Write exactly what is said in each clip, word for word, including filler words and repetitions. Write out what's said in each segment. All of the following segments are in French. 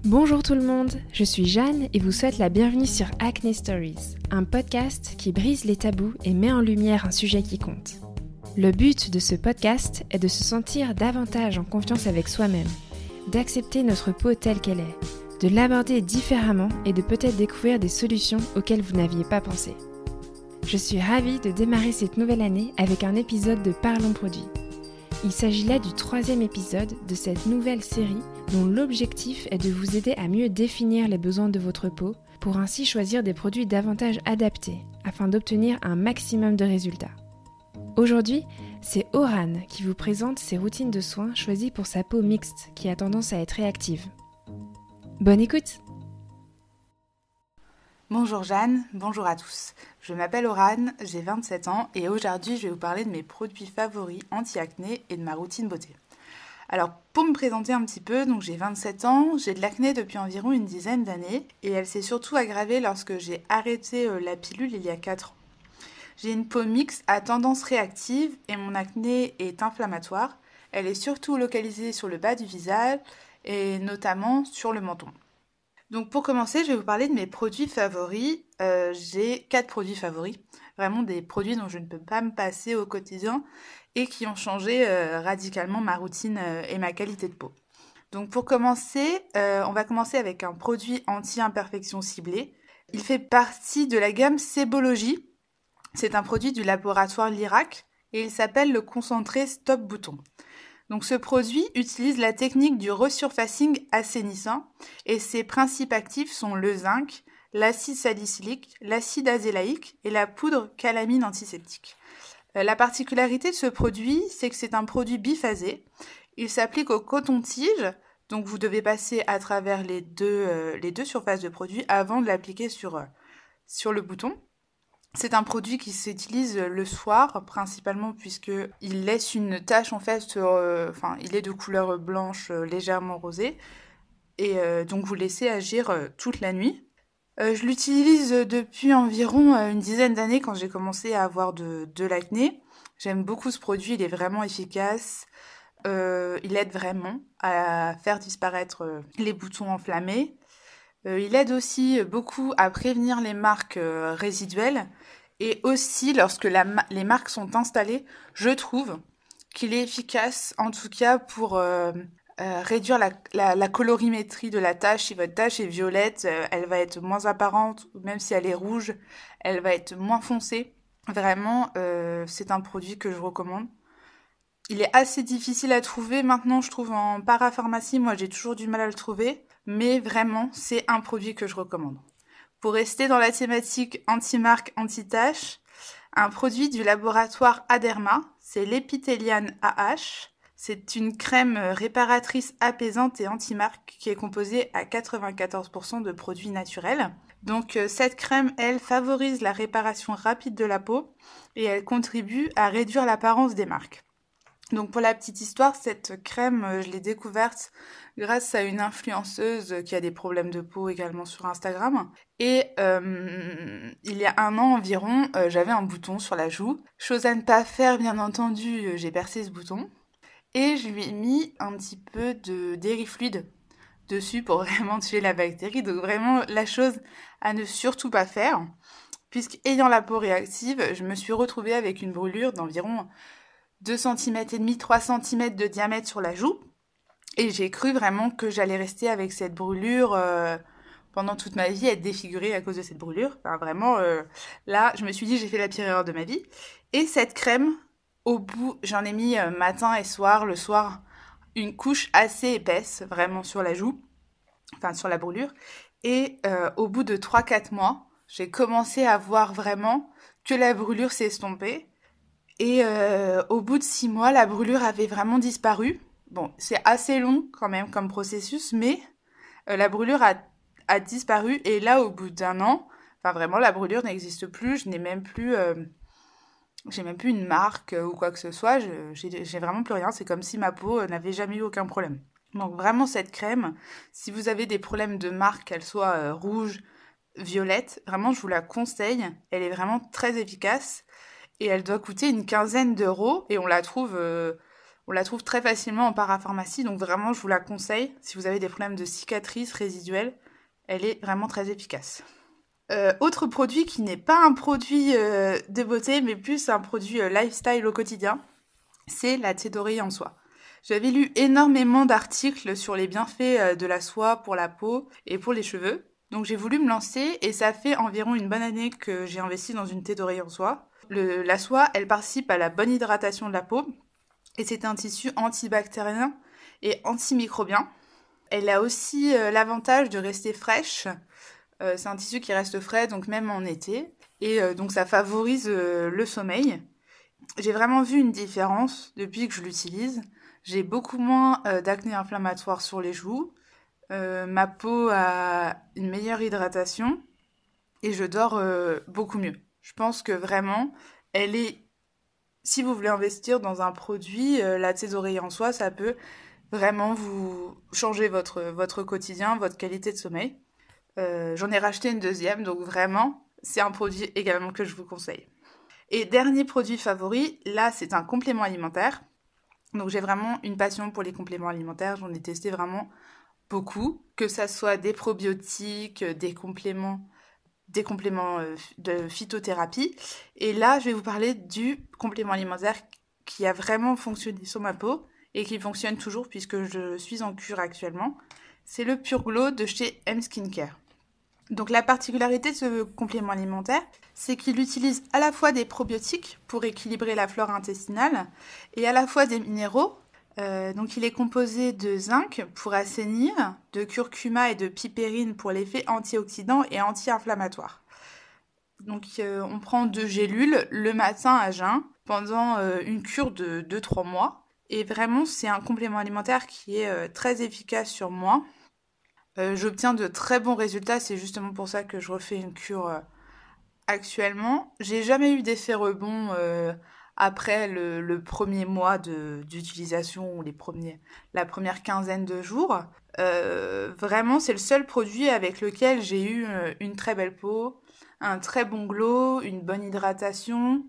Bonjour tout le monde, je suis Jeanne et vous souhaite la bienvenue sur Acne Stories, un podcast qui brise les tabous et met en lumière un sujet qui compte. Le but de ce podcast est de se sentir davantage en confiance avec soi-même, d'accepter notre peau telle qu'elle est, de l'aborder différemment et de peut-être découvrir des solutions auxquelles vous n'aviez pas pensé. Je suis ravie de démarrer cette nouvelle année avec un épisode de Parlons Produits. Il s'agit là du troisième épisode de cette nouvelle série dont l'objectif est de vous aider à mieux définir les besoins de votre peau pour ainsi choisir des produits davantage adaptés afin d'obtenir un maximum de résultats. Aujourd'hui, c'est Oran qui vous présente ses routines de soins choisies pour sa peau mixte qui a tendance à être réactive. Bonne écoute! Bonjour Jeanne, bonjour à tous. Je m'appelle Oran, j'ai vingt-sept ans et aujourd'hui je vais vous parler de mes produits favoris anti-acné et de ma routine beauté. Alors pour me présenter un petit peu, donc j'ai vingt-sept ans, j'ai de l'acné depuis environ une dizaine d'années et elle s'est surtout aggravée lorsque j'ai arrêté la pilule il y a quatre ans. J'ai une peau mixte à tendance réactive et mon acné est inflammatoire. Elle est surtout localisée sur le bas du visage et notamment sur le menton. Donc pour commencer, je vais vous parler de mes produits favoris. Euh, j'ai quatre produits favoris, vraiment des produits dont je ne peux pas me passer au quotidien et qui ont changé euh, radicalement ma routine euh, et ma qualité de peau. Donc pour commencer, euh, on va commencer avec un produit anti-imperfection ciblé. Il fait partie de la gamme Sébologie. C'est un produit du laboratoire Lirac et il s'appelle le concentré Stop Bouton. Donc ce produit utilise la technique du resurfacing assainissant et ses principes actifs sont le zinc, l'acide salicylique, l'acide azélaïque et la poudre calamine antiseptique. Euh, la particularité de ce produit, c'est que c'est un produit biphasé. Il s'applique au coton-tige, donc vous devez passer à travers les deux, euh, les deux surfaces de produit avant de l'appliquer sur, euh, sur le bouton. C'est un produit qui s'utilise le soir principalement puisqu'il laisse une tache en fait sur, euh, enfin il est de couleur blanche euh, légèrement rosée et euh, donc vous laissez agir euh, toute la nuit. Euh, je l'utilise depuis environ euh, une dizaine d'années quand j'ai commencé à avoir de, de l'acné. J'aime beaucoup ce produit, il est vraiment efficace. Euh, il aide vraiment à faire disparaître euh, les boutons enflammés. Euh, il aide aussi beaucoup à prévenir les marques euh, résiduelles et aussi lorsque la, les marques sont installées, je trouve qu'il est efficace en tout cas pour euh, euh, réduire la, la, la colorimétrie de la tache. Si votre tache est violette, euh, elle va être moins apparente, même si elle est rouge, elle va être moins foncée. Vraiment, euh, c'est un produit que je recommande. Il est assez difficile à trouver maintenant, je trouve, en parapharmacie. Moi, j'ai toujours du mal à le trouver. Mais vraiment, c'est un produit que je recommande. Pour rester dans la thématique anti-marque, anti-tache, un produit du laboratoire Aderma, c'est l'Epithelian A H. C'est une crème réparatrice apaisante et anti-marque qui est composée à quatre-vingt-quatorze pour cent de produits naturels. Donc cette crème, elle, favorise la réparation rapide de la peau et elle contribue à réduire l'apparence des marques. Donc pour la petite histoire, cette crème, je l'ai découverte grâce à une influenceuse qui a des problèmes de peau également sur Instagram. Et euh, il y a un an environ, euh, j'avais un bouton sur la joue. Chose à ne pas faire, bien entendu, j'ai percé ce bouton. Et je lui ai mis un petit peu de dérifluide dessus pour vraiment tuer la bactérie. Donc vraiment la chose à ne surtout pas faire. Puisqu'ayant la peau réactive, je me suis retrouvée avec une brûlure d'environ deux centimètres et demi, trois centimètres de diamètre sur la joue. Et j'ai cru vraiment que j'allais rester avec cette brûlure euh, pendant toute ma vie, être défigurée à cause de cette brûlure. Enfin, vraiment, euh, là, je me suis dit, j'ai fait la pire erreur de ma vie. Et cette crème, au bout, j'en ai mis euh, matin et soir. Le soir, une couche assez épaisse, vraiment sur la joue, enfin sur la brûlure. Et euh, au bout de trois à quatre mois, j'ai commencé à voir vraiment que la brûlure s'est estompée. Et euh, au bout de six mois, la brûlure avait vraiment disparu. Bon, c'est assez long quand même comme processus, mais euh, la brûlure a, a disparu. Et là, au bout d'un an, enfin vraiment, la brûlure n'existe plus. Je n'ai même plus, euh, j'ai même plus une marque euh, ou quoi que ce soit. Je, j'ai, j'ai vraiment plus rien. C'est comme si ma peau euh, n'avait jamais eu aucun problème. Donc vraiment, cette crème, si vous avez des problèmes de marque, qu'elle soit euh, rouge, violette, vraiment, je vous la conseille. Elle est vraiment très efficace. Et elle doit coûter une quinzaine d'euros et on la trouve euh, On la trouve très facilement en parapharmacie, donc vraiment je vous la conseille. Si vous avez des problèmes de cicatrices résiduelles, elle est vraiment très efficace. Euh, autre produit qui n'est pas un produit euh, de beauté, mais plus un produit euh, lifestyle au quotidien, c'est la thé d'oreiller en soie. J'avais lu énormément d'articles sur les bienfaits euh, de la soie pour la peau et pour les cheveux. Donc j'ai voulu me lancer et ça fait environ une bonne année que j'ai investi dans une thé d'oreiller en soie. Le, la soie, elle participe à la bonne hydratation de la peau et c'est un tissu antibactérien et antimicrobien. Elle a aussi euh, l'avantage de rester fraîche. Euh, c'est un tissu qui reste frais, donc même en été. Et euh, donc ça favorise euh, le sommeil. J'ai vraiment vu une différence depuis que je l'utilise. J'ai beaucoup moins euh, d'acné inflammatoire sur les joues. Euh, ma peau a une meilleure hydratation. Et je dors euh, beaucoup mieux. Je pense que vraiment, elle est... Si vous voulez investir dans un produit, euh, la thé d'oreiller en soie, ça peut vraiment vous changer votre, votre quotidien, votre qualité de sommeil. Euh, j'en ai racheté une deuxième, donc vraiment, c'est un produit également que je vous conseille. Et dernier produit favori, là, c'est un complément alimentaire. Donc j'ai vraiment une passion pour les compléments alimentaires, j'en ai testé vraiment beaucoup, que ça soit des probiotiques, des compléments, des compléments de phytothérapie. Et là, je vais vous parler du complément alimentaire qui a vraiment fonctionné sur ma peau et qui fonctionne toujours puisque je suis en cure actuellement. C'est le Pure Glow de chez M Skincare. Donc la particularité de ce complément alimentaire, c'est qu'il utilise à la fois des probiotiques pour équilibrer la flore intestinale et à la fois des minéraux. Euh, donc il est composé de zinc pour assainir, de curcuma et de pipérine pour l'effet antioxydant et anti-inflammatoire. Donc euh, on prend deux gélules le matin à jeun pendant euh, une cure de deux à trois mois. Et vraiment c'est un complément alimentaire qui est euh, très efficace sur moi. Euh, j'obtiens de très bons résultats, c'est justement pour ça que je refais une cure euh, actuellement. J'ai jamais eu d'effet rebond euh, après le, le premier mois de, d'utilisation ou les premiers, la première quinzaine de jours. Euh, vraiment, c'est le seul produit avec lequel j'ai eu euh, une très belle peau, un très bon glow, une bonne hydratation,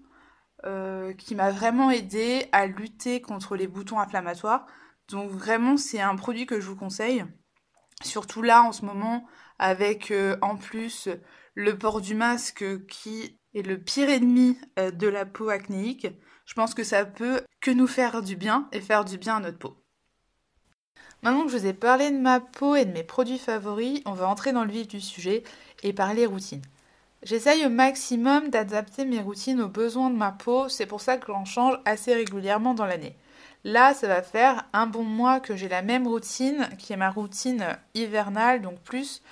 euh, qui m'a vraiment aidé à lutter contre les boutons inflammatoires. Donc vraiment, c'est un produit que je vous conseille. Surtout là, en ce moment, avec euh, en plus le port du masque qui est le pire ennemi euh, de la peau acnéique, je pense que ça peut que nous faire du bien et faire du bien à notre peau. Maintenant que je vous ai parlé de ma peau et de mes produits favoris, on va entrer dans le vif du sujet et parler routine. J'essaye au maximum d'adapter mes routines aux besoins de ma peau, c'est pour ça que j'en change assez régulièrement dans l'année. Là, ça va faire un bon mois que j'ai la même routine, qui est ma routine hivernale, donc plus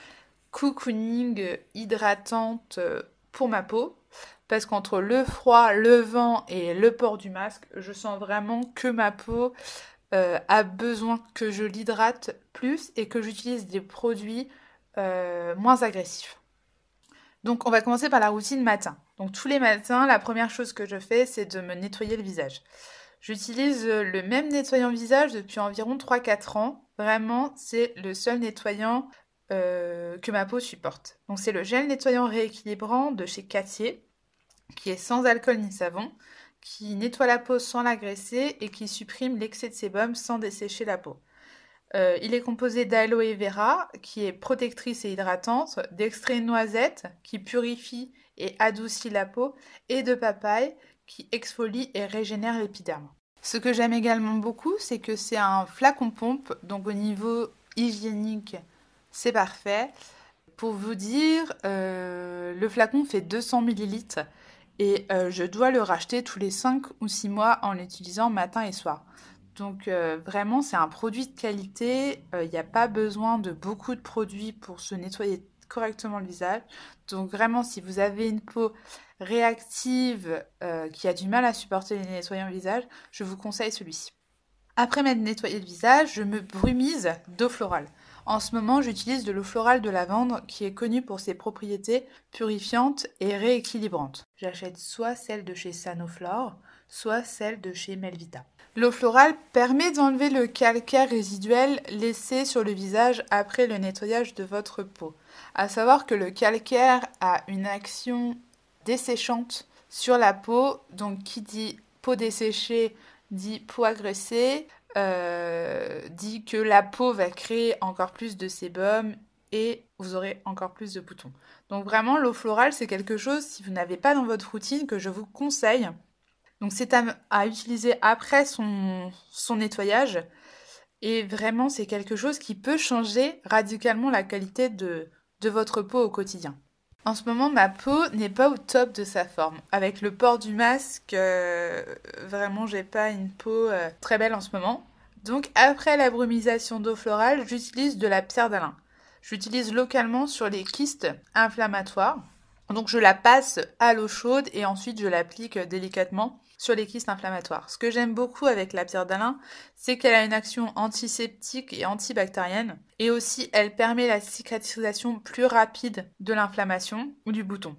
cocooning hydratante pour ma peau. Parce qu'entre le froid, le vent et le port du masque, je sens vraiment que ma peau euh, a besoin que je l'hydrate plus et que j'utilise des produits euh, moins agressifs. Donc on va commencer par la routine matin. Donc tous les matins, la première chose que je fais, c'est de me nettoyer le visage. J'utilise le même nettoyant visage depuis environ trois à quatre ans. Vraiment, c'est le seul nettoyant euh, que ma peau supporte. Donc c'est le gel nettoyant rééquilibrant de chez Cattier, qui est sans alcool ni savon, qui nettoie la peau sans l'agresser et qui supprime l'excès de sébum sans dessécher la peau. Euh, il est composé d'aloe vera, qui est protectrice et hydratante, d'extrait de noisette, qui purifie et adoucit la peau, et de papaye, qui exfolie et régénère l'épiderme. Ce que j'aime également beaucoup, c'est que c'est un flacon pompe, donc au niveau hygiénique, c'est parfait. Pour vous dire, euh, le flacon fait deux cents millilitres et euh, je dois le racheter tous les cinq ou six mois en l'utilisant matin et soir. Donc euh, vraiment, c'est un produit de qualité, il euh, n'y a pas besoin de beaucoup de produits pour se nettoyer correctement le visage. Donc vraiment, si vous avez une peau réactive euh, qui a du mal à supporter les nettoyants au visage, je vous conseille celui-ci. Après m'être nettoyé le visage, je me brumise d'eau florale. En ce moment, j'utilise de l'eau florale de lavande qui est connue pour ses propriétés purifiantes et rééquilibrantes. J'achète soit celle de chez Sanoflore, soit celle de chez Melvita. L'eau florale permet d'enlever le calcaire résiduel laissé sur le visage après le nettoyage de votre peau. À savoir que le calcaire a une action desséchante sur la peau, donc qui dit peau desséchée dit peau agressée, euh, dit que la peau va créer encore plus de sébum et vous aurez encore plus de boutons. Donc vraiment, l'eau florale, c'est quelque chose, si vous n'avez pas dans votre routine, que je vous conseille. Donc c'est à, à utiliser après son, son nettoyage. Et vraiment, c'est quelque chose qui peut changer radicalement la qualité de, de votre peau au quotidien. En ce moment, ma peau n'est pas au top de sa forme. Avec le port du masque, euh, vraiment, j'ai pas une peau euh, très belle en ce moment. Donc, après la brumisation d'eau florale, j'utilise de la pierre d'Alain. J'utilise localement sur les kystes inflammatoires. Donc, je la passe à l'eau chaude et ensuite je l'applique délicatement sur les kystes inflammatoires. Ce que j'aime beaucoup avec la pierre d'Alain, c'est qu'elle a une action antiseptique et antibactérienne. Et aussi, elle permet la cicatrisation plus rapide de l'inflammation ou du bouton.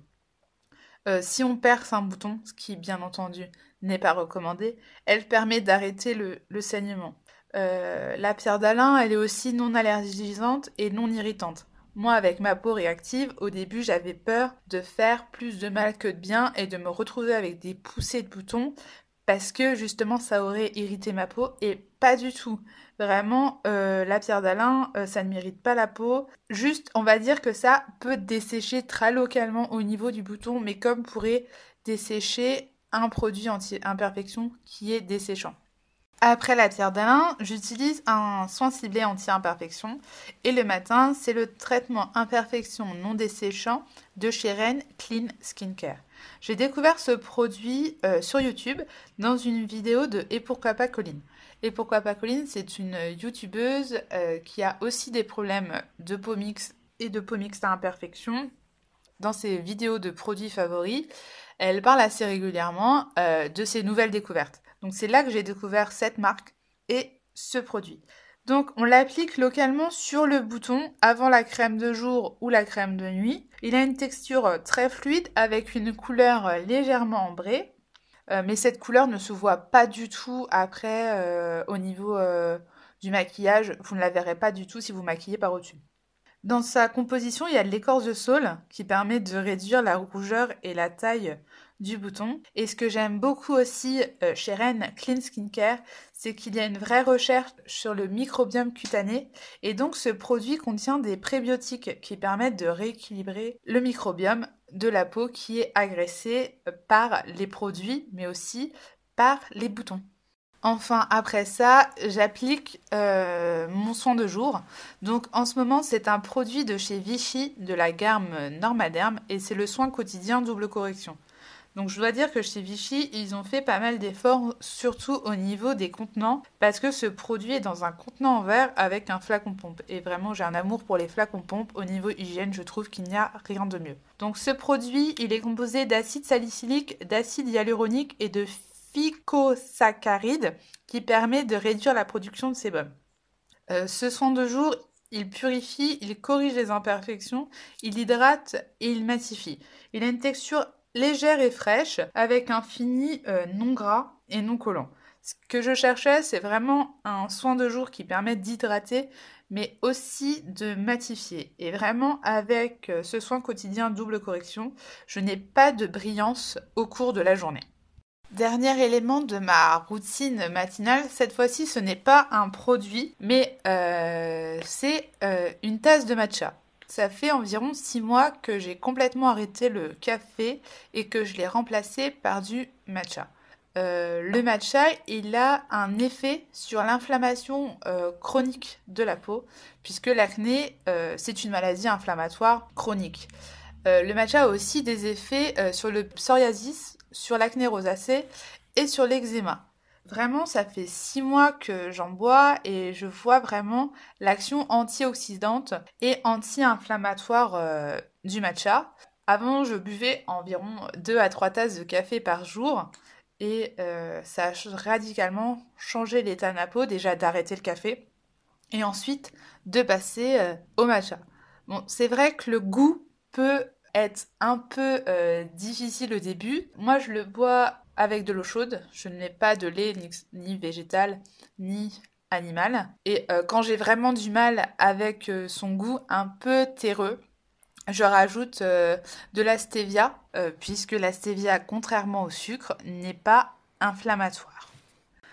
Euh, si on perce un bouton, ce qui bien entendu n'est pas recommandé, elle permet d'arrêter le, le saignement. Euh, la pierre d'Alain, elle est aussi non allergisante et non irritante. Moi, avec ma peau réactive, au début, j'avais peur de faire plus de mal que de bien et de me retrouver avec des poussées de boutons parce que justement, ça aurait irrité ma peau et pas du tout. Vraiment, euh, la pierre d'Alain, euh, ça ne m'irrite pas la peau. Juste, on va dire que ça peut dessécher très localement au niveau du bouton, mais comme pourrait dessécher un produit anti-imperfection qui est desséchant. Après la pierre d'Alain, j'utilise un soin ciblé anti-imperfection et le matin, c'est le traitement imperfection non desséchant de chez Ren Clean Skincare. J'ai découvert ce produit euh, sur YouTube dans une vidéo de Et pourquoi pas Colline. Et pourquoi pas Colline, c'est une youtubeuse euh, qui a aussi des problèmes de peau mixte et de peau mixte à imperfection. Dans ses vidéos de produits favoris, elle parle assez régulièrement euh, de ses nouvelles découvertes. Donc c'est là que j'ai découvert cette marque et ce produit. Donc on l'applique localement sur le bouton avant la crème de jour ou la crème de nuit. Il a une texture très fluide avec une couleur légèrement ambrée. Euh, mais cette couleur ne se voit pas du tout après euh, au niveau euh, du maquillage. Vous ne la verrez pas du tout si vous maquillez par au-dessus. Dans sa composition, il y a de l'écorce de saule qui permet de réduire la rougeur et la taille du bouton. Et ce que j'aime beaucoup aussi euh, chez Ren Clean Skincare, c'est qu'il y a une vraie recherche sur le microbiome cutané. Et donc ce produit contient des prébiotiques qui permettent de rééquilibrer le microbiome de la peau qui est agressé par les produits, mais aussi par les boutons. Enfin, après ça, j'applique euh, mon soin de jour. Donc, en ce moment, c'est un produit de chez Vichy, de la gamme Normaderm, et c'est le soin quotidien double correction. Donc, je dois dire que chez Vichy, ils ont fait pas mal d'efforts, surtout au niveau des contenants, parce que ce produit est dans un contenant en verre avec un flacon pompe. Et vraiment, j'ai un amour pour les flacons pompe. Au niveau hygiène, je trouve qu'il n'y a rien de mieux. Donc, ce produit, il est composé d'acide salicylique, d'acide hyaluronique et de phycosaccharides qui permet de réduire la production de sébum. Euh, ce soin de jour, il purifie, il corrige les imperfections, il hydrate et il matifie. Il a une texture légère et fraîche avec un fini euh, non gras et non collant. Ce que je cherchais, c'est vraiment un soin de jour qui permet d'hydrater mais aussi de matifier. Et vraiment, avec ce soin quotidien double correction, je n'ai pas de brillance au cours de la journée. Dernier élément de ma routine matinale, cette fois-ci ce n'est pas un produit, mais euh, c'est euh, une tasse de matcha. Ça fait environ six mois que j'ai complètement arrêté le café et que je l'ai remplacé par du matcha. Euh, le matcha, il a un effet sur l'inflammation euh, chronique de la peau, puisque l'acné, euh, c'est une maladie inflammatoire chronique. Euh, le matcha a aussi des effets euh, sur le psoriasis, sur l'acné rosacée et sur l'eczéma. Vraiment, ça fait six mois que j'en bois et je vois vraiment l'action antioxydante et anti-inflammatoire euh, du matcha. Avant, je buvais environ deux à trois tasses de café par jour et euh, ça a radicalement changé l'état de ma peau, déjà d'arrêter le café et ensuite de passer euh, au matcha. Bon, c'est vrai que le goût peut être un peu euh, difficile au début. Moi, je le bois avec de l'eau chaude. Je ne mets pas de lait ni, ni végétal ni animal. Et euh, quand j'ai vraiment du mal avec euh, son goût un peu terreux, je rajoute euh, de la stevia, euh, puisque la stevia, contrairement au sucre, n'est pas inflammatoire.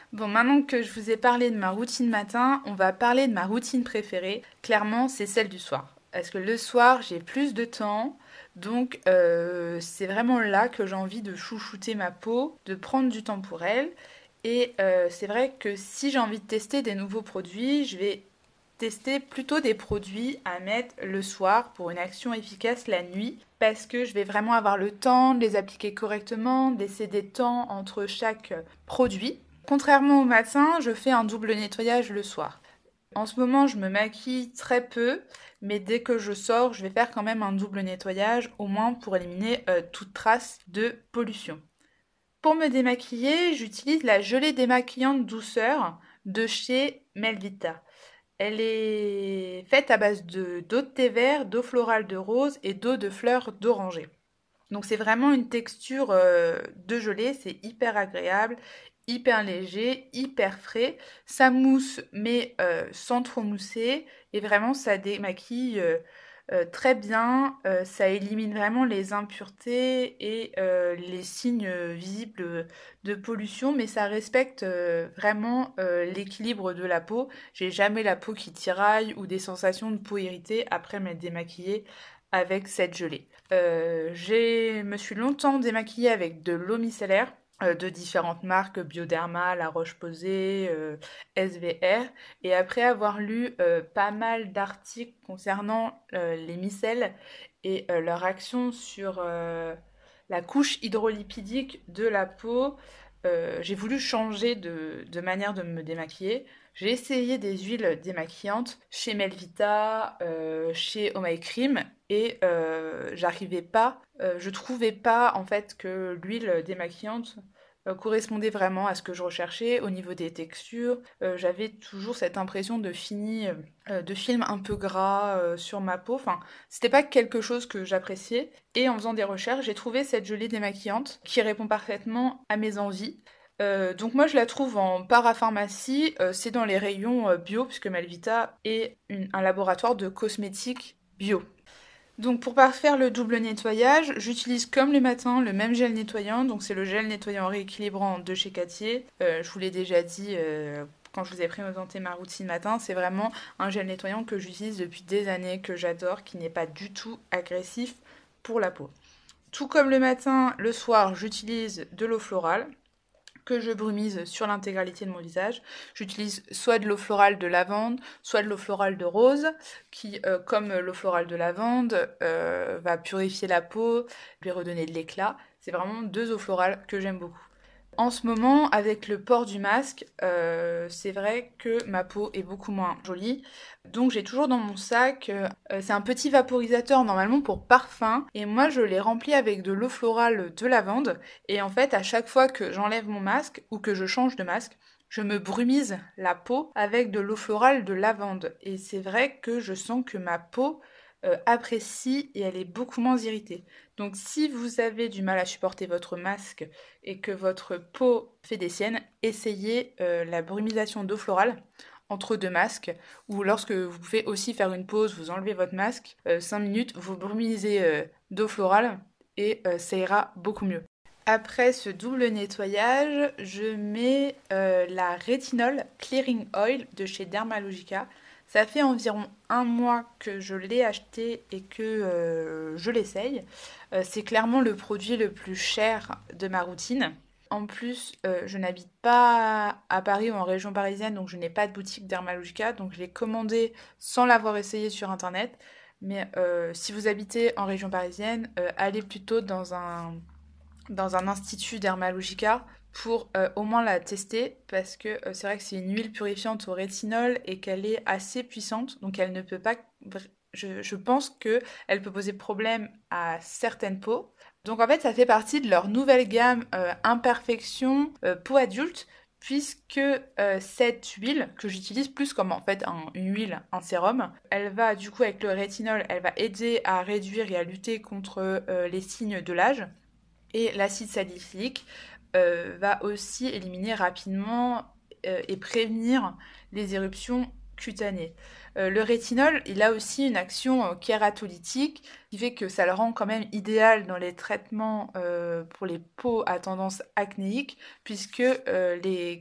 Bon, maintenant que je vous ai parlé de ma routine matin, on va parler de ma routine préférée. Clairement, c'est celle du soir. Parce que le soir, j'ai plus de temps, donc euh, c'est vraiment là que j'ai envie de chouchouter ma peau, de prendre du temps pour elle. Et euh, c'est vrai que si j'ai envie de tester des nouveaux produits, je vais tester plutôt des produits à mettre le soir pour une action efficace la nuit, parce que je vais vraiment avoir le temps de les appliquer correctement, de laisser des temps entre chaque produit. Contrairement au matin, je fais un double nettoyage le soir. En ce moment, je me maquille très peu, mais dès que je sors, je vais faire quand même un double nettoyage, au moins pour éliminer euh, toute trace de pollution. Pour me démaquiller, j'utilise la gelée démaquillante douceur de chez Melvita. Elle est faite à base de d'eau de thé vert, d'eau florale de rose et d'eau de fleurs d'oranger. Donc c'est vraiment une texture euh, de gelée, c'est hyper agréable, hyper léger, hyper frais. Ça mousse mais euh, sans trop mousser et vraiment ça démaquille euh, euh, très bien. Euh, ça élimine vraiment les impuretés et euh, les signes visibles de pollution, mais ça respecte euh, vraiment euh, l'équilibre de la peau. J'ai jamais la peau qui tiraille ou des sensations de peau irritée après m'être démaquillée avec cette gelée. Euh, je me suis longtemps démaquillée avec de l'eau micellaire euh, de différentes marques, Bioderma, La Roche-Posay, euh, S V R. Et après avoir lu euh, pas mal d'articles concernant euh, les micelles et euh, leur action sur euh, la couche hydrolipidique de la peau, euh, j'ai voulu changer de, de manière de me démaquiller. J'ai essayé des huiles démaquillantes chez Melvita, euh, chez Oh My Cream et euh, j'arrivais pas, euh, je trouvais pas en fait que l'huile démaquillante euh, correspondait vraiment à ce que je recherchais au niveau des textures. Euh, j'avais toujours cette impression de fini, euh, de film un peu gras euh, sur ma peau. Enfin, c'était pas quelque chose que j'appréciais. Et en faisant des recherches, j'ai trouvé cette gelée démaquillante qui répond parfaitement à mes envies. Euh, donc moi je la trouve en parapharmacie, euh, c'est dans les rayons euh, bio puisque Melvita est une- un laboratoire de cosmétiques bio. Donc pour parfaire le double nettoyage, j'utilise comme le matin le même gel nettoyant, donc c'est le gel nettoyant rééquilibrant de chez Cattier. Euh, je vous l'ai déjà dit euh, quand je vous ai présenté ma routine matin, c'est vraiment un gel nettoyant que j'utilise depuis des années, que j'adore, qui n'est pas du tout agressif pour la peau. Tout comme le matin, le soir, j'utilise de l'eau florale que je brumise sur l'intégralité de mon visage. J'utilise soit de l'eau florale de lavande, soit de l'eau florale de rose, qui, euh, comme l'eau florale de lavande, euh, va purifier la peau, lui redonner de l'éclat. C'est vraiment deux eaux florales que j'aime beaucoup. En ce moment, avec le port du masque, euh, c'est vrai que ma peau est beaucoup moins jolie. Donc j'ai toujours dans mon sac, euh, c'est un petit vaporisateur normalement pour parfum. Et moi je l'ai rempli avec de l'eau florale de lavande. Et en fait, à chaque fois que j'enlève mon masque ou que je change de masque, je me brumise la peau avec de l'eau florale de lavande. Et c'est vrai que je sens que ma peau euh, apprécie et elle est beaucoup moins irritée. Donc si vous avez du mal à supporter votre masque et que votre peau fait des siennes, essayez euh, la brumisation d'eau florale entre deux masques ou lorsque vous pouvez aussi faire une pause, vous enlevez votre masque, euh, cinq minutes, vous brumisez euh, d'eau florale et euh, ça ira beaucoup mieux. Après ce double nettoyage, je mets euh, la rétinol Clearing Oil de chez Dermalogica. Ça fait environ un mois que je l'ai acheté et que euh, je l'essaye. Euh, c'est clairement le produit le plus cher de ma routine. En plus, euh, je n'habite pas à Paris ou en région parisienne, donc je n'ai pas de boutique Dermalogica, donc je l'ai commandé sans l'avoir essayé sur internet. Mais euh, si vous habitez en région parisienne, euh, allez plutôt dans un, dans un institut Dermalogica pour euh, au moins la tester parce que euh, c'est vrai que c'est une huile purifiante au rétinol et qu'elle est assez puissante, donc elle ne peut pas... Je, je pense qu'elle peut poser problème à certaines peaux. Donc en fait, ça fait partie de leur nouvelle gamme euh, Imperfection euh, peau adulte, puisque euh, cette huile, que j'utilise plus comme en fait un, une huile, un sérum, elle va du coup avec le rétinol, elle va aider à réduire et à lutter contre euh, les signes de l'âge. Et l'acide salicylique euh, va aussi éliminer rapidement euh, et prévenir les éruptions cutanées. Euh, le rétinol, il a aussi une action euh, kératolytique qui fait que ça le rend quand même idéal dans les traitements euh, pour les peaux à tendance acnéique puisque euh, les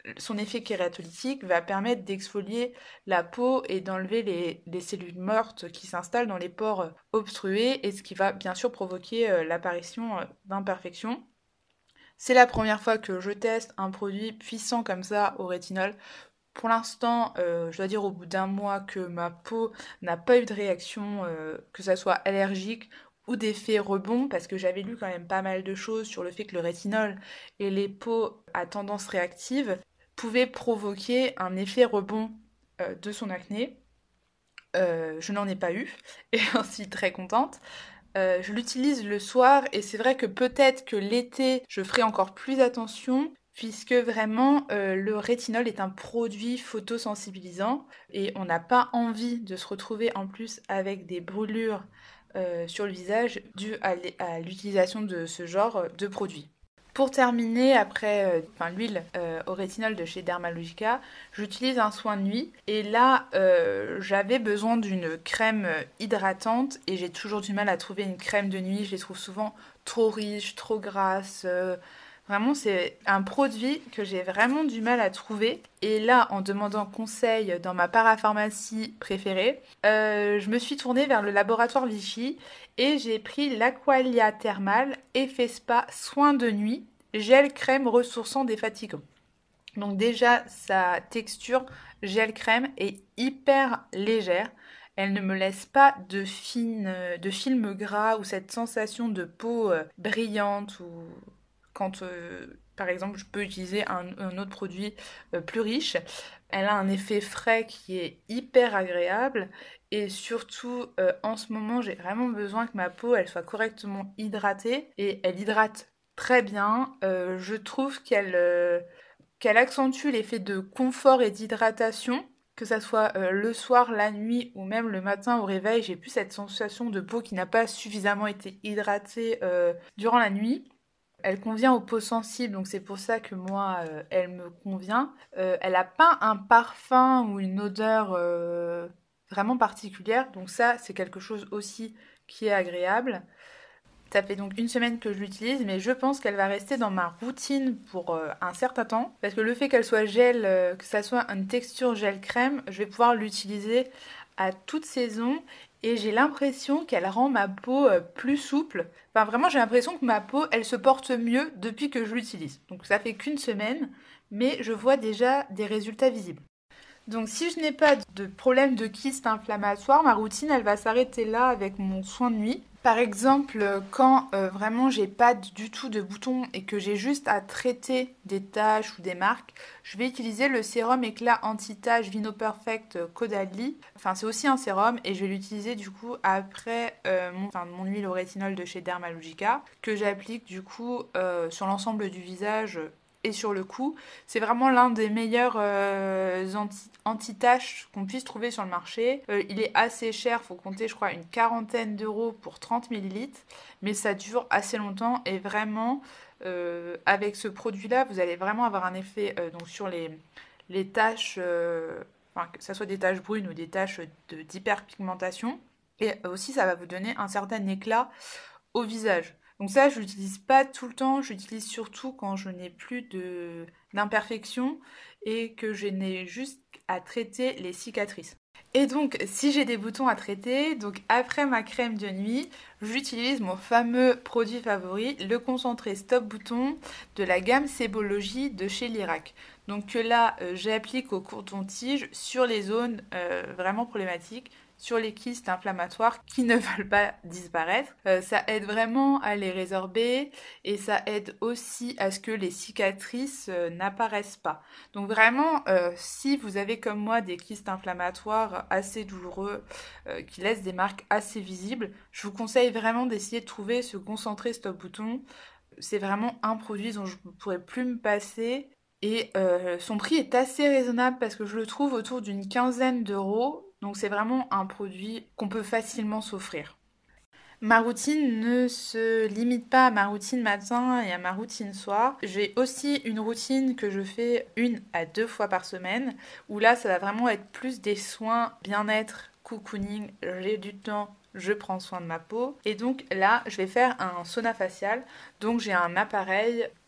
son effet kératolytique va permettre d'exfolier la peau et d'enlever les, les cellules mortes qui s'installent dans les pores obstrués, et ce qui va bien sûr provoquer euh, l'apparition euh, d'imperfections. C'est la première fois que je teste un produit puissant comme ça au rétinol. Pour l'instant, euh, je dois dire au bout d'un mois que ma peau n'a pas eu de réaction, euh, que ça soit allergique ou d'effet rebond, parce que j'avais lu quand même pas mal de choses sur le fait que le rétinol et les peaux à tendance réactive pouvaient provoquer un effet rebond euh, de son acné. Euh, je n'en ai pas eu et j'en suis très contente. Euh, je l'utilise le soir et c'est vrai que peut-être que l'été, je ferai encore plus attention puisque vraiment euh, le rétinol est un produit photosensibilisant et on n'a pas envie de se retrouver en plus avec des brûlures euh, sur le visage dues à l'utilisation de ce genre de produit. Pour terminer, après euh, enfin, l'huile euh, au rétinol de chez Dermalogica, j'utilise un soin de nuit. Et là, euh, j'avais besoin d'une crème hydratante et j'ai toujours du mal à trouver une crème de nuit. Je les trouve souvent trop riches, trop grasses. Euh, vraiment, c'est un produit que j'ai vraiment du mal à trouver. Et là, en demandant conseil dans ma parapharmacie préférée, euh, je me suis tournée vers le laboratoire Vichy et j'ai pris l'Aqualia Thermal Effet Spa Soin de nuit, gel crème ressourçant défatigant. Donc déjà, sa texture gel crème est hyper légère. Elle ne me laisse pas de, fine, de film gras ou cette sensation de peau euh, brillante ou quand, euh, par exemple, je peux utiliser un, un autre produit euh, plus riche. Elle a un effet frais qui est hyper agréable et surtout, euh, en ce moment, j'ai vraiment besoin que ma peau elle soit correctement hydratée et elle hydrate très bien. Euh, je trouve qu'elle euh, qu'elle accentue l'effet de confort et d'hydratation. Que ça soit euh, le soir, la nuit ou même le matin au réveil, j'ai plus cette sensation de peau qui n'a pas suffisamment été hydratée euh, durant la nuit. Elle convient aux peaux sensibles, donc c'est pour ça que moi, euh, elle me convient. Euh, elle n'a pas un parfum ou une odeur euh, vraiment particulière, donc ça, c'est quelque chose aussi qui est agréable. Ça fait donc une semaine que je l'utilise, mais je pense qu'elle va rester dans ma routine pour euh, un certain temps. Parce que le fait qu'elle soit gel, euh, que ça soit une texture gel crème, je vais pouvoir l'utiliser à toute saison. Et j'ai l'impression qu'elle rend ma peau euh, plus souple. Enfin vraiment, j'ai l'impression que ma peau, elle se porte mieux depuis que je l'utilise. Donc ça fait qu'une semaine, mais je vois déjà des résultats visibles. Donc si je n'ai pas de problème de kyste inflammatoire, ma routine elle va s'arrêter là avec mon soin de nuit. Par exemple, quand euh, vraiment j'ai pas du tout de boutons et que j'ai juste à traiter des taches ou des marques, je vais utiliser le sérum éclat anti-taches Vino Perfect Caudalie. Enfin c'est aussi un sérum et je vais l'utiliser du coup après euh, mon, enfin, mon huile au rétinol de chez Dermalogica que j'applique du coup euh, sur l'ensemble du visage et sur le cou. C'est vraiment l'un des meilleurs euh, anti- anti-taches qu'on puisse trouver sur le marché. Euh, il est assez cher, faut compter je crois une quarantaine d'euros pour trente millilitres, mais ça dure assez longtemps et vraiment euh, avec ce produit-là, vous allez vraiment avoir un effet euh, donc sur les, les taches, euh, enfin, que ce soit des taches brunes ou des taches de, d'hyperpigmentation. Et aussi, ça va vous donner un certain éclat au visage. Donc ça, je l'utilise pas tout le temps, j'utilise surtout quand je n'ai plus de d'imperfections et que je n'ai juste à traiter les cicatrices. Et donc, si j'ai des boutons à traiter, donc après ma crème de nuit, j'utilise mon fameux produit favori, le concentré Stop Bouton de la gamme Sébologie de chez Lirac. Donc que là, euh, j'applique au coton-tige sur les zones euh, vraiment problématiques, sur les kystes inflammatoires qui ne veulent pas disparaître. Euh, ça aide vraiment à les résorber et ça aide aussi à ce que les cicatrices euh, n'apparaissent pas. Donc vraiment, euh, si vous avez comme moi des kystes inflammatoires assez douloureux euh, qui laissent des marques assez visibles, je vous conseille vraiment d'essayer de trouver ce concentré Stop Bouton. C'est vraiment un produit dont je ne pourrais plus me passer. Et euh, son prix est assez raisonnable parce que je le trouve autour d'une quinzaine d'euros. Donc c'est vraiment un produit qu'on peut facilement s'offrir. Ma routine ne se limite pas à ma routine matin et à ma routine soir. J'ai aussi une routine que je fais une à deux fois par semaine, où là ça va vraiment être plus des soins bien-être, cocooning, j'ai du temps, je prends soin de ma peau. Et donc là je vais faire un sauna facial, donc j'ai un appareil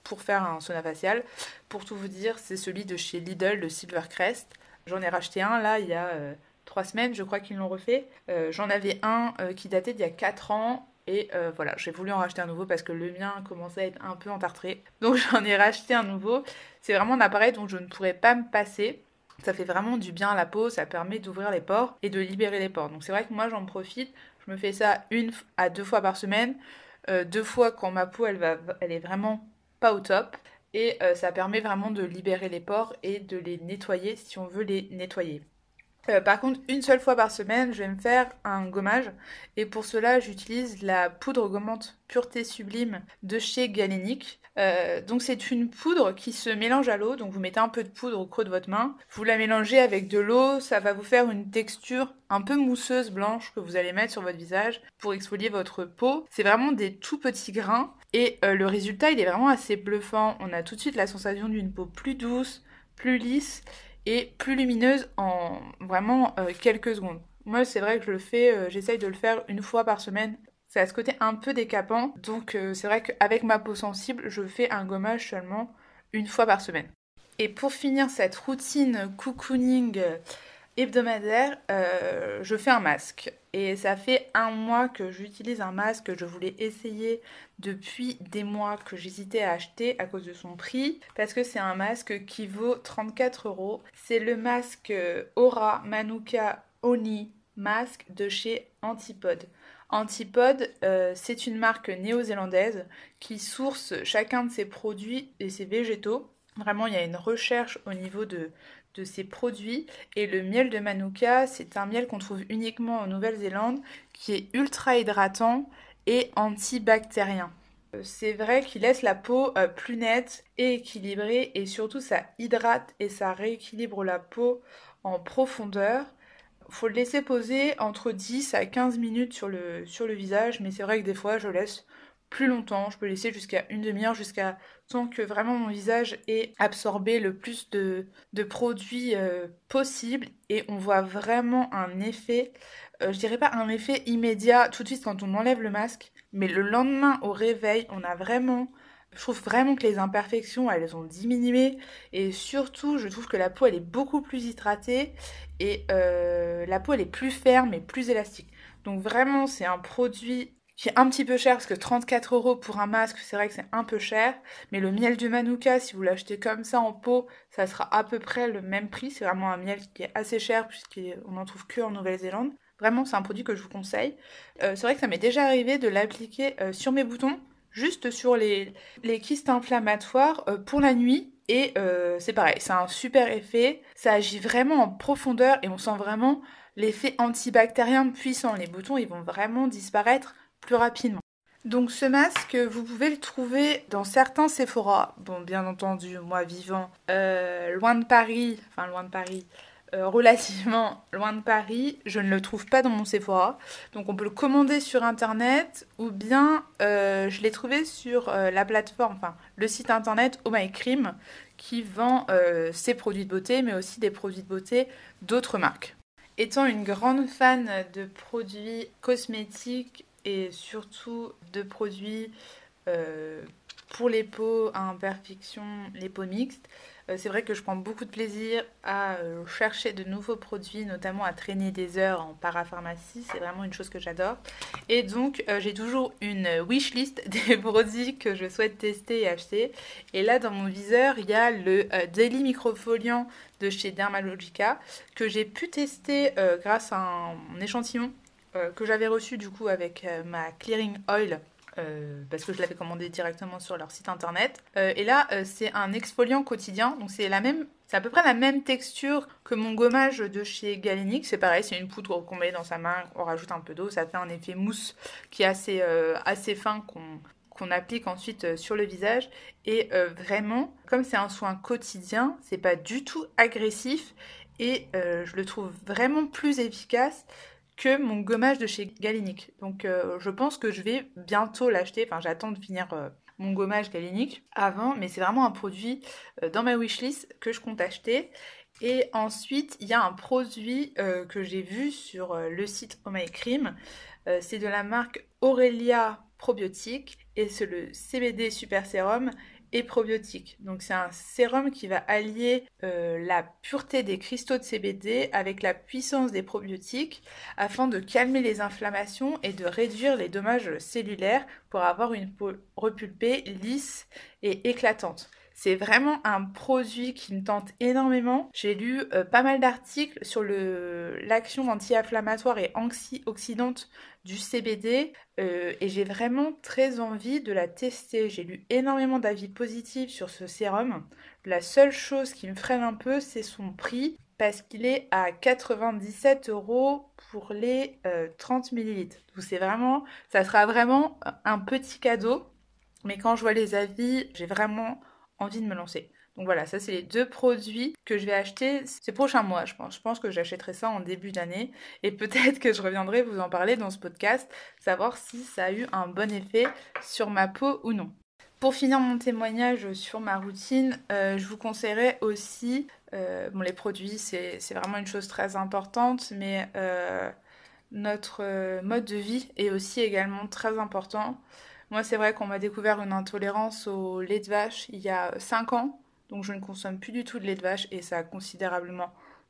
pour faire un sauna facial. Pour tout vous dire, c'est celui de chez Lidl, le Silvercrest. J'en ai racheté un là il y a euh, trois semaines, je crois qu'ils l'ont refait. Euh, j'en avais un euh, qui datait d'il y a quatre ans. Et euh, voilà, j'ai voulu en racheter un nouveau parce que le mien commençait à être un peu entartré. Donc j'en ai racheté un nouveau. C'est vraiment un appareil dont je ne pourrais pas me passer. Ça fait vraiment du bien à la peau, ça permet d'ouvrir les pores et de libérer les pores. Donc c'est vrai que moi j'en profite. Je me fais ça une à deux fois par semaine. Euh, deux fois quand ma peau elle, va, elle est vraiment pas au top. Et euh, ça permet vraiment de libérer les pores et de les nettoyer si on veut les nettoyer. Euh, par contre, une seule fois par semaine, je vais me faire un gommage. Et pour cela, j'utilise la poudre gommante Pureté Sublime de chez Galénic. Euh, donc c'est une poudre qui se mélange à l'eau. Donc vous mettez un peu de poudre au creux de votre main. Vous la mélangez avec de l'eau. Ça va vous faire une texture un peu mousseuse blanche que vous allez mettre sur votre visage pour exfolier votre peau. C'est vraiment des tout petits grains. Et euh, le résultat, il est vraiment assez bluffant. On a tout de suite la sensation d'une peau plus douce, plus lisse et plus lumineuse en vraiment euh, quelques secondes. Moi, c'est vrai que je le fais, euh, j'essaye de le faire une fois par semaine. C'est à ce côté un peu décapant, donc euh, c'est vrai qu'avec ma peau sensible, je fais un gommage seulement une fois par semaine. Et pour finir cette routine cocooning hebdomadaire, euh, je fais un masque. Et ça fait un mois que j'utilise un masque que je voulais essayer depuis des mois, que j'hésitais à acheter à cause de son prix, parce que c'est un masque qui vaut trente-quatre euros. C'est le masque Aura Manuka Oni Mask de chez Antipode. Antipode, euh, c'est une marque néo-zélandaise qui source chacun de ses produits et ses végétaux. Vraiment, il y a une recherche au niveau de, de ces produits. Et le miel de Manuka, c'est un miel qu'on trouve uniquement en Nouvelle-Zélande, qui est ultra hydratant et antibactérien. C'est vrai qu'il laisse la peau euh, plus nette et équilibrée, et surtout ça hydrate et ça rééquilibre la peau en profondeur. Faut le laisser poser entre dix à quinze minutes sur le, sur le visage, mais c'est vrai que des fois je laisse plus longtemps, je peux laisser jusqu'à une demi-heure, jusqu'à temps que vraiment mon visage ait absorbé le plus de, de produits euh, possible, et on voit vraiment un effet, euh, je dirais pas un effet immédiat tout de suite quand on enlève le masque, mais le lendemain au réveil, on a vraiment... Je trouve vraiment que les imperfections, elles ont diminué, et surtout, je trouve que la peau, elle est beaucoup plus hydratée, et euh, la peau, elle est plus ferme et plus élastique. Donc vraiment, c'est un produit qui est un petit peu cher, parce que trente-quatre euros pour un masque, c'est vrai que c'est un peu cher, mais le miel du Manuka, si vous l'achetez comme ça en pot, ça sera à peu près le même prix. C'est vraiment un miel qui est assez cher, puisqu'on n'en trouve que en Nouvelle-Zélande. Vraiment, c'est un produit que je vous conseille. Euh, c'est vrai que ça m'est déjà arrivé de l'appliquer euh, sur mes boutons, juste sur les, les kystes inflammatoires euh, pour la nuit. Et euh, c'est pareil, c'est un super effet. Ça agit vraiment en profondeur et on sent vraiment l'effet antibactérien puissant. Les boutons, ils vont vraiment disparaître plus rapidement. Donc ce masque, vous pouvez le trouver dans certains Sephora. Bon, bien entendu, moi vivant euh, loin de Paris, enfin loin de Paris... Euh, relativement loin de Paris, je ne le trouve pas dans mon Sephora. Donc on peut le commander sur internet, ou bien euh, je l'ai trouvé sur euh, la plateforme, enfin le site internet Oh My Cream, qui vend euh, ses produits de beauté, mais aussi des produits de beauté d'autres marques. Étant une grande fan de produits cosmétiques et surtout de produits euh, pour les peaux à imperfections, les peaux mixtes, Euh, c'est vrai que je prends beaucoup de plaisir à euh, chercher de nouveaux produits, notamment à traîner des heures en parapharmacie. C'est vraiment une chose que j'adore. Et donc, euh, j'ai toujours une wishlist des produits que je souhaite tester et acheter. Et là, dans mon viseur, il y a le euh, Daily Microfoliant de chez Dermalogica que j'ai pu tester euh, grâce à un, un échantillon euh, que j'avais reçu du coup avec euh, ma Clearing Oil. Euh, parce que je l'avais commandé directement sur leur site internet. Euh, et là, euh, c'est un exfoliant quotidien, donc c'est la même, c'est à peu près la même texture que mon gommage de chez Galénic. C'est pareil, c'est une poudre qu'on met dans sa main, on rajoute un peu d'eau, ça fait un effet mousse qui est assez, euh, assez fin qu'on, qu'on applique ensuite euh, sur le visage. Et euh, vraiment, comme c'est un soin quotidien, c'est pas du tout agressif et euh, je le trouve vraiment plus efficace que mon gommage de chez Galénic. Donc euh, je pense que je vais bientôt l'acheter, enfin j'attends de finir euh, mon gommage Galénic avant, mais c'est vraiment un produit euh, dans ma wishlist que je compte acheter. Et ensuite, il y a un produit euh, que j'ai vu sur euh, le site Oh My Cream, euh, c'est de la marque Aurelia Probiotique, et c'est le C B D Super Sérum, et probiotique. Donc c'est un sérum qui va allier euh, la pureté des cristaux de C B D avec la puissance des probiotiques afin de calmer les inflammations et de réduire les dommages cellulaires pour avoir une peau repulpée, lisse et éclatante. C'est vraiment un produit qui me tente énormément. J'ai lu euh, pas mal d'articles sur le, l'action anti-inflammatoire et antioxydante du C B D euh, et j'ai vraiment très envie de la tester. J'ai lu énormément d'avis positifs sur ce sérum. La seule chose qui me freine un peu, c'est son prix parce qu'il est à quatre-vingt-dix-sept euros pour les euh, trente millilitres. Donc c'est vraiment, ça sera vraiment un petit cadeau. Mais quand je vois les avis, j'ai vraiment envie de me lancer. Donc voilà, ça c'est les deux produits que je vais acheter ces prochains mois, je pense. Je pense que j'achèterai ça en début d'année et peut-être que je reviendrai vous en parler dans ce podcast, savoir si ça a eu un bon effet sur ma peau ou non. Pour finir mon témoignage sur ma routine, euh, je vous conseillerais aussi, euh, bon les produits c'est, c'est vraiment une chose très importante, mais euh, notre euh, mode de vie est aussi également très important. Moi, c'est vrai qu'on m'a découvert une intolérance au lait de vache il y a cinq ans. Donc, je ne consomme plus du tout de lait de vache et ça a considérablement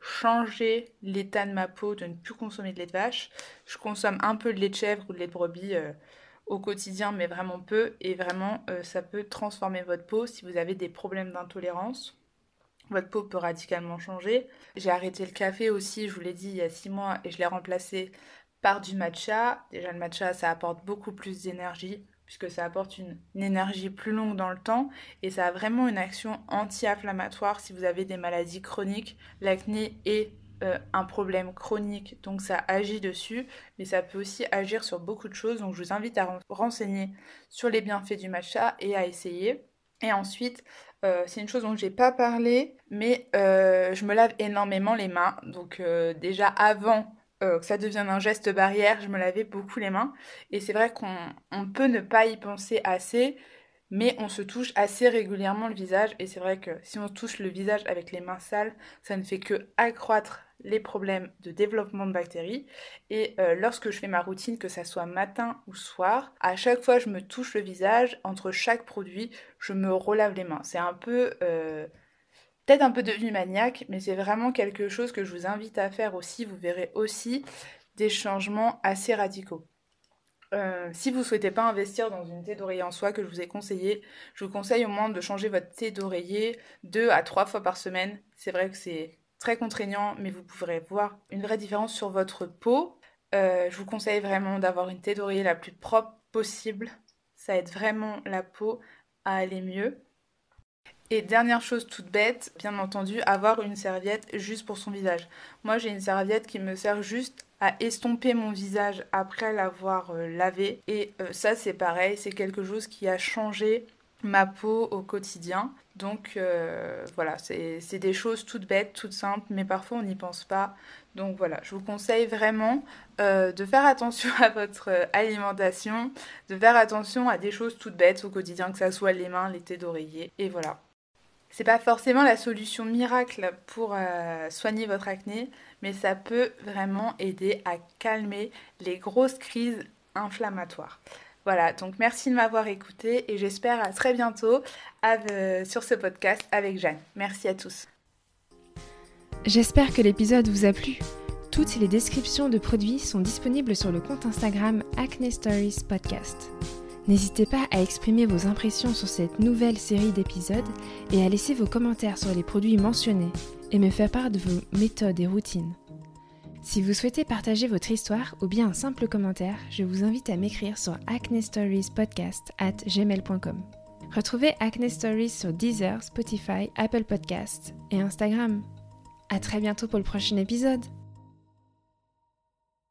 changé l'état de ma peau de ne plus consommer de lait de vache. Je consomme un peu de lait de chèvre ou de lait de brebis euh, au quotidien, mais vraiment peu. Et vraiment, euh, ça peut transformer votre peau si vous avez des problèmes d'intolérance. Votre peau peut radicalement changer. J'ai arrêté le café aussi, je vous l'ai dit, il y a six mois et je l'ai remplacé par du matcha. Déjà, le matcha, ça apporte beaucoup plus d'énergie, puisque ça apporte une, une énergie plus longue dans le temps et ça a vraiment une action anti-inflammatoire si vous avez des maladies chroniques. L'acné est euh, un problème chronique, donc ça agit dessus, mais ça peut aussi agir sur beaucoup de choses, donc je vous invite à renseigner sur les bienfaits du matcha et à essayer. Et ensuite, euh, c'est une chose dont je n'ai pas parlé, mais euh, je me lave énormément les mains, donc euh, déjà avant Euh, que ça devienne un geste barrière, je me lavais beaucoup les mains et c'est vrai qu'on on peut ne pas y penser assez, mais on se touche assez régulièrement le visage et c'est vrai que si on touche le visage avec les mains sales, ça ne fait que accroître les problèmes de développement de bactéries et euh, lorsque je fais ma routine, que ça soit matin ou soir, à chaque fois je me touche le visage, entre chaque produit, je me relave les mains. C'est un peu... Euh, peut-être un peu devenu maniaque, mais c'est vraiment quelque chose que je vous invite à faire aussi. Vous verrez aussi des changements assez radicaux. Euh, si vous ne souhaitez pas investir dans une thé d'oreiller en soie que je vous ai conseillé, je vous conseille au moins de changer votre thé d'oreiller deux à trois fois par semaine. C'est vrai que c'est très contraignant, mais vous pourrez voir une vraie différence sur votre peau. Euh, je vous conseille vraiment d'avoir une thé d'oreiller la plus propre possible. Ça aide vraiment la peau à aller mieux. Et dernière chose toute bête, bien entendu, avoir une serviette juste pour son visage. Moi, j'ai une serviette qui me sert juste à estomper mon visage après l'avoir euh, lavé. Et euh, ça, c'est pareil, c'est quelque chose qui a changé ma peau au quotidien. Donc euh, voilà, c'est, c'est des choses toutes bêtes, toutes simples, mais parfois on n'y pense pas. Donc voilà, je vous conseille vraiment euh, de faire attention à votre euh, alimentation, de faire attention à des choses toutes bêtes au quotidien, que ça soit les mains, les thés d'oreiller, et voilà. C'est pas forcément la solution miracle pour euh, soigner votre acné, mais ça peut vraiment aider à calmer les grosses crises inflammatoires. Voilà, donc merci de m'avoir écouté et j'espère à très bientôt avec, euh, sur ce podcast avec Jeanne. Merci à tous. J'espère que l'épisode vous a plu. Toutes les descriptions de produits sont disponibles sur le compte Instagram Acne Stories Podcast. N'hésitez pas à exprimer vos impressions sur cette nouvelle série d'épisodes et à laisser vos commentaires sur les produits mentionnés et me faire part de vos méthodes et routines. Si vous souhaitez partager votre histoire ou bien un simple commentaire, je vous invite à m'écrire sur acnestoriespodcast arobase gmail point com. Retrouvez Acne Stories sur Deezer, Spotify, Apple Podcasts et Instagram. À très bientôt pour le prochain épisode.